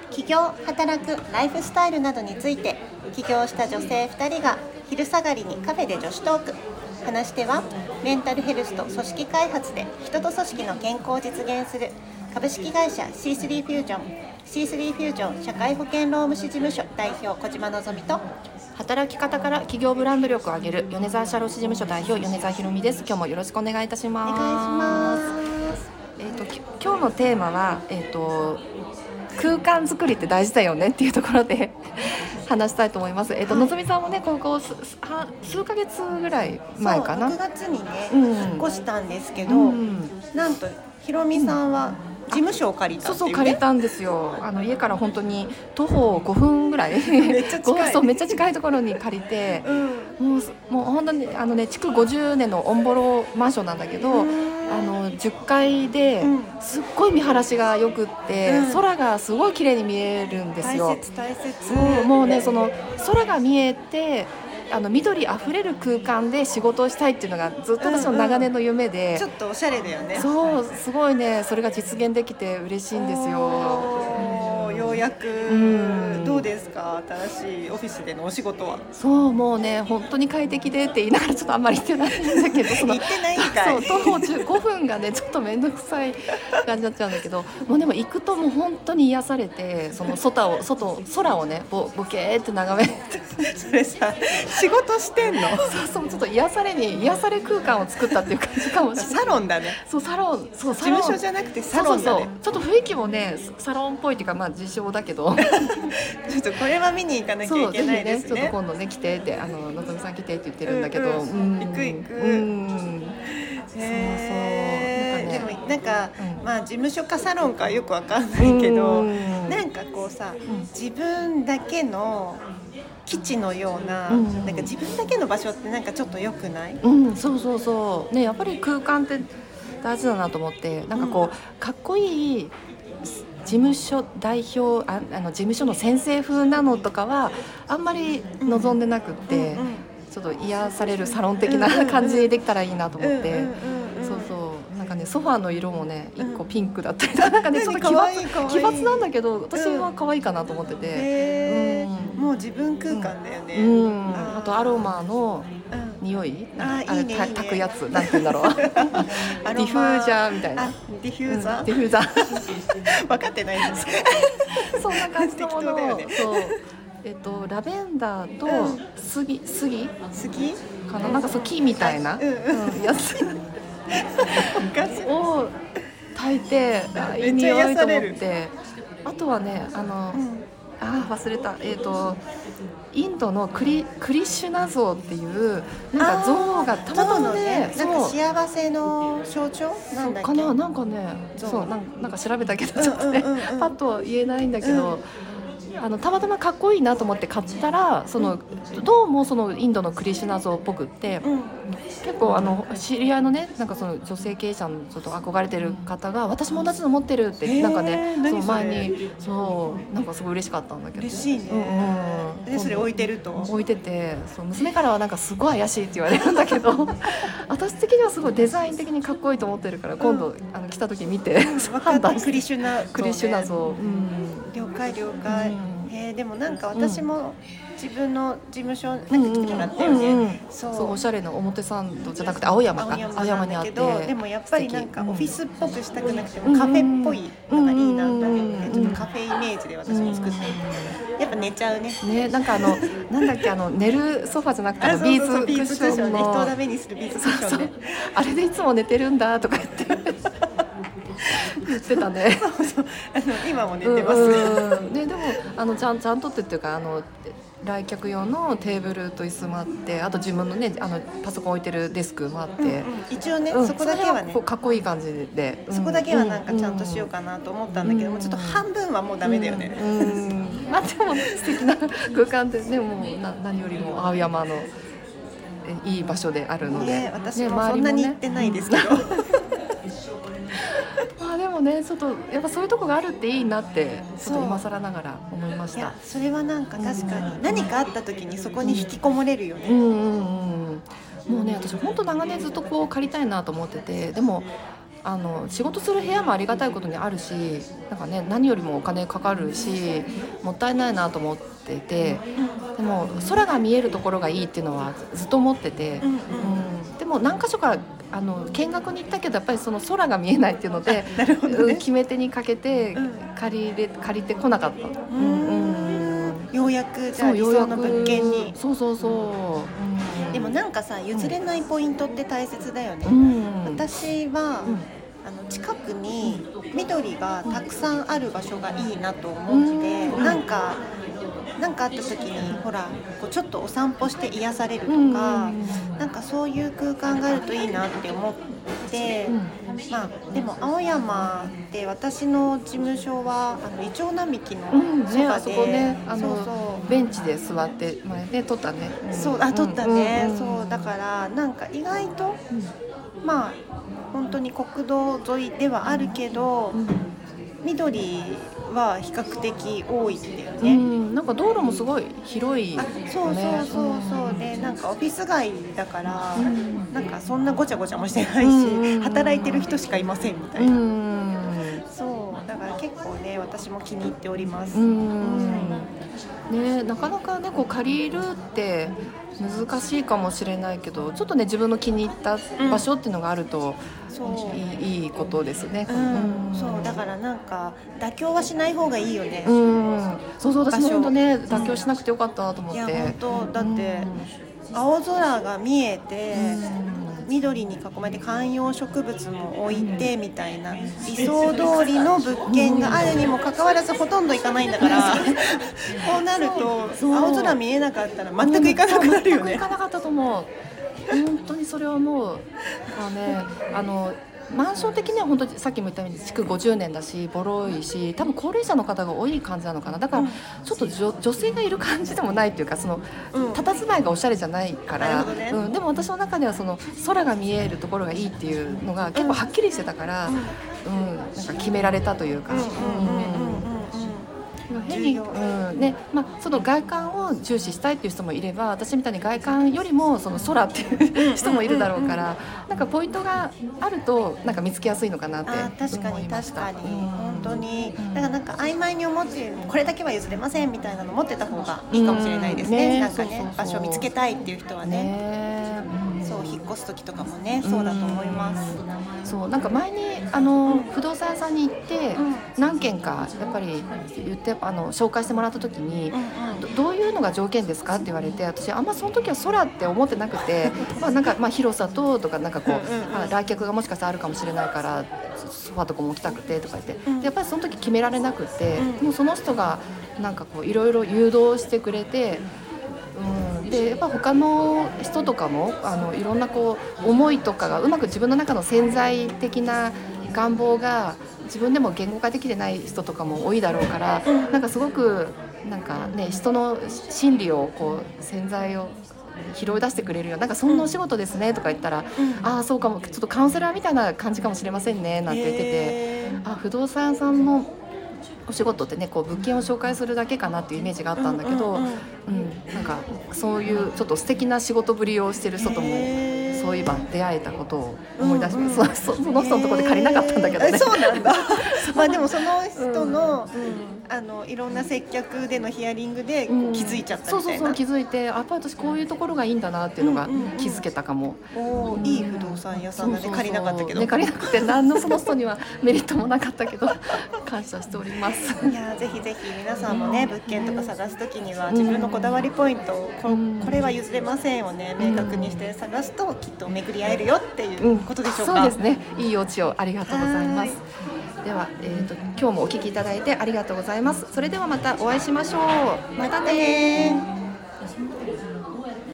起業、働く、ライフスタイルなどについて起業した女性2人が昼下がりにカフェで女子トーク。話し手はメンタルヘルスと組織開発で人と組織の健康を実現する株式会社 C3 フュージョン C3 フュージョン社会保険労務士事務所代表小島のぞみと、 働き方から企業ブランド力を上げる米沢社労士事務所代表米沢ひろみです。今日もよろしくお願いいたします。 お願いします。 今日のテーマは、空間作りって大事だよねっていうところで話したいと思います。のぞみさんもね、ここ数ヶ月ぐらい前かな、 そう6月にね、引っ越したんですけど、なんとひろみさんは事務所を借りたっていうね。 そう借りたんですよ。家から本当に徒歩5分ぐらいめっちゃ近いそうめっちゃ近いところに借りて、もう本当に築50年のオンボロマンションなんだけど、10階ですっごい見晴らしがよくって、空がすごい綺麗に見えるんですよ。 大切。 そうもうね、その空が見えて緑あふれる空間で仕事をしたいっていうのがずっと私の長年の夢で、 ちょっとおしゃれだよね。 そうすごいね、それが実現できて嬉しいんですよ。 ようやく、どうですか、新しいオフィスでのお仕事は。 そうもうね、本当に快適でって言いながらちょっとあんまり言ってないんだけど言ってないんかい。 そう徒歩5分がねちょっと面倒くさい感じになっちゃうんだけど、もうでも行くともう本当に癒されて、その空をねボケーって眺めてそれさ、仕事してんの？ そうちょっと癒され空間を作ったっていう感じかもしれない。 サロンだね。 そうサロン、 事務所じゃなくてサロンだね。 そうちょっと雰囲気もねサロンっぽいっていうか、自称だけどちょっとこれは見に行かなきゃいけないですね。 ちょっと今度ね来てってのぞみさん来てって言ってるんだけど、 行く。でもなんか、事務所かサロンかよくわかんないけど、なんかこうさ、自分だけの基地のような、なんか自分だけの場所ってなんかちょっと良くない？ そうね、やっぱり空間って大事だなと思って、なんかこう、かっこいい事務所代表事務所の先生風なのとかはあんまり望んでなくって、ちょっと癒されるサロン的な感じでできたらいいなと思って、なんかね、ソファーの色もね1個ピンクだったりとか、なんかねちょっと奇抜なんだけど、私は可愛いかなと思ってて、 もう自分空間だよね。 あとアロマの匂い、炊くやつ、なんて言うんだろうディフュージャーみたいな。 ディフューザー分かってないです。 そんな感じのものを、ラベンダーと杉かな、なんかそう木みたいなやつを炊いて、いい匂いと思って。あとはね、忘れた、インドのクリシュナ像っていうなんか像がたまたまね、 なんか幸せの象徴なんだっけ、 なんかね、なんか調べたけどちょっとねパッとは言えないんだけど、たまたまかっこいいなと思って買ったら、どうもそのインドのクリシュナ像っぽくって、結構知り合いのね、なんかその女性経営者のちょっと憧れてる方が、私も同じの持ってるって、なんかね、その前になんかすごい嬉しかったんだけど、 嬉しいね。でそれ置いてて、娘からはなんかすごい怪しいって言われるんだけど私的にはすごいデザイン的にかっこいいと思ってるから、今度来た時見て判断して。 クリシュナ像、了解。でもなんか私も自分の事務所なんか来てもらったよね。 そうおしゃれな表参道じゃなくて青山にあって、 でもやっぱりなんかオフィスっぽくしたくなくてもカフェっぽいのがいいなと思って、ちょっとカフェイメージで私も作って、やっぱ寝ちゃうね。 なんかなんだっけ、寝るソファじゃなくてビーズクッションの人をダメにするビーズクッションね。 あれでいつも寝てるんだとか言って言ってたね。 今も寝てますね。でもちゃんとっていうか、来客用のテーブルと椅子もあって、あと自分のねパソコン置いてるデスクもあって、 一応ね、そこだけはねかっこいい感じで、 そこだけはなんかちゃんとしようかなと思ったんだけども、ちょっと半分はもうダメだよね。 でも素敵な空間でね、もう何よりも青山のいい場所であるので、 私もそんなに行ってないですけどでもね、ちょっとやっぱそういうとこがあるっていいなってちょっと今更ながら思いました。 いや、それはなんか確かに何かあった時にそこに引きこもれるよね。 もうね、私本当長年ずっとこう借りたいなと思ってて、でも仕事する部屋もありがたいことにあるし、なんかね、何よりもお金かかるしもったいないなと思ってて、でも空が見えるところがいいっていうのはずっと思ってて、でも何か所か見学に行ったけどやっぱりその空が見えないっていうので、 なるほどね、 決め手にかけて借りてこなかった。 ようやくじゃあ理想の物件に。 そう、 でもなんかさ、譲れないポイントって大切だよね。私は、近くに緑がたくさんある場所がいいなと思って、なんかあった時にほらこうちょっとお散歩して癒されるとか、なんかそういう空間があるといいなって思って、まあでも青山って私の事務所はイチョウ並木のそばで、 あそこね、ベンチで座って前ね撮ったね。 撮ったね。そうだからなんか意外と、まあ本当に国道沿いではあるけど、緑は比較的多いんだよね。 なんか道路もすごい広いよね。 そうで、なんかオフィス街だから、なんかそんなごちゃごちゃもしてないし、働いてる人しかいませんみたいな。そうだから結構ね、私も気に入っております。 ね、なかなかねこう借りるって難しいかもしれないけど、ちょっとね自分の気に入った場所っていうのがあると、いいことですね。 そうだからなんか妥協はしない方がいいよね。 そう私も本当ね妥協しなくてよかったと思って。 いや本当だって、青空が見えて、緑に囲まれて観葉植物も置いてみたいな理想通りの物件があるにもかかわらずほとんど行かないんだからこうなると青空見えなかったら全く行かなくなるよね。 全く行かなかったと思う。本当にそれはもうマンション的には本当にさっきも言ったように築50年だしボロいし、多分高齢者の方が多い感じなのかな。だからちょっと女性がいる感じでもないっていうか、その佇まいがおしゃれじゃないから、でも私の中ではその空が見えるところがいいっていうのが結構はっきりしてたから、なんか決められたというか。変にその外観を重視したいっていう人もいれば、私みたいに外観よりもその空っていう人もいるだろうから、なんかポイントがあるとなんか見つけやすいのかなって思いました。 確かに本当に。だからなんか曖昧に思っているこれだけは譲れませんみたいなの持ってた方がいいかもしれないですね。なんかね、場所を見つけたいっていう人はね、そう引っ越す時とかもね、そうだと思います。 そうなんか前に不動産屋さんに行って何軒かやっぱり言って紹介してもらった時に、どういうのが条件ですかって言われて、私あんまその時は空って思ってなくて、なんか広さとかなんかこう来客がもしかしたらあるかもしれないからソファとかも置きたくてとか言って、でやっぱりその時決められなくて、もうその人がなんかこういろいろ誘導してくれて。でやっぱ他の人とかもいろんなこう思いとかがうまく自分の中の潜在的な願望が自分でも言語化できてない人とかも多いだろうから、なんかすごくなんかね人の心理をこう潜在を拾い出してくれるよ、なんかそんなお仕事ですねとか言ったら、ああそうかも、ちょっとカウンセラーみたいな感じかもしれませんねなんて言ってて、不動産屋さんのお仕事ってねこう物件を紹介するだけかなっていうイメージがあったんだけど、なんかそういうちょっと素敵な仕事ぶりをしてる人ともそういえば出会えたことを思い出します。その人のところで借りなかったんだけどね。 そうなんだでもその人のいろんな接客でのヒアリングで気づいちゃったみたいな。 そう気づいて、やっぱり私こういうところがいいんだなっていうのが気づけたかも。 いい不動産屋さんだね。借りなかったけど、 借りなくて何のその人にはメリットもなかったけど感謝しております。 いやぜひぜひ皆さんもね、物件とか探すときには自分のこだわりポイント、これは譲れませんをね明確にして探すときっと巡り合えるよっていうことでしょうか。 そうですね、いいお家をありがとうございます。では、今日もお聞きいただいてありがとうございます。それではまたお会いしましょう。 またね。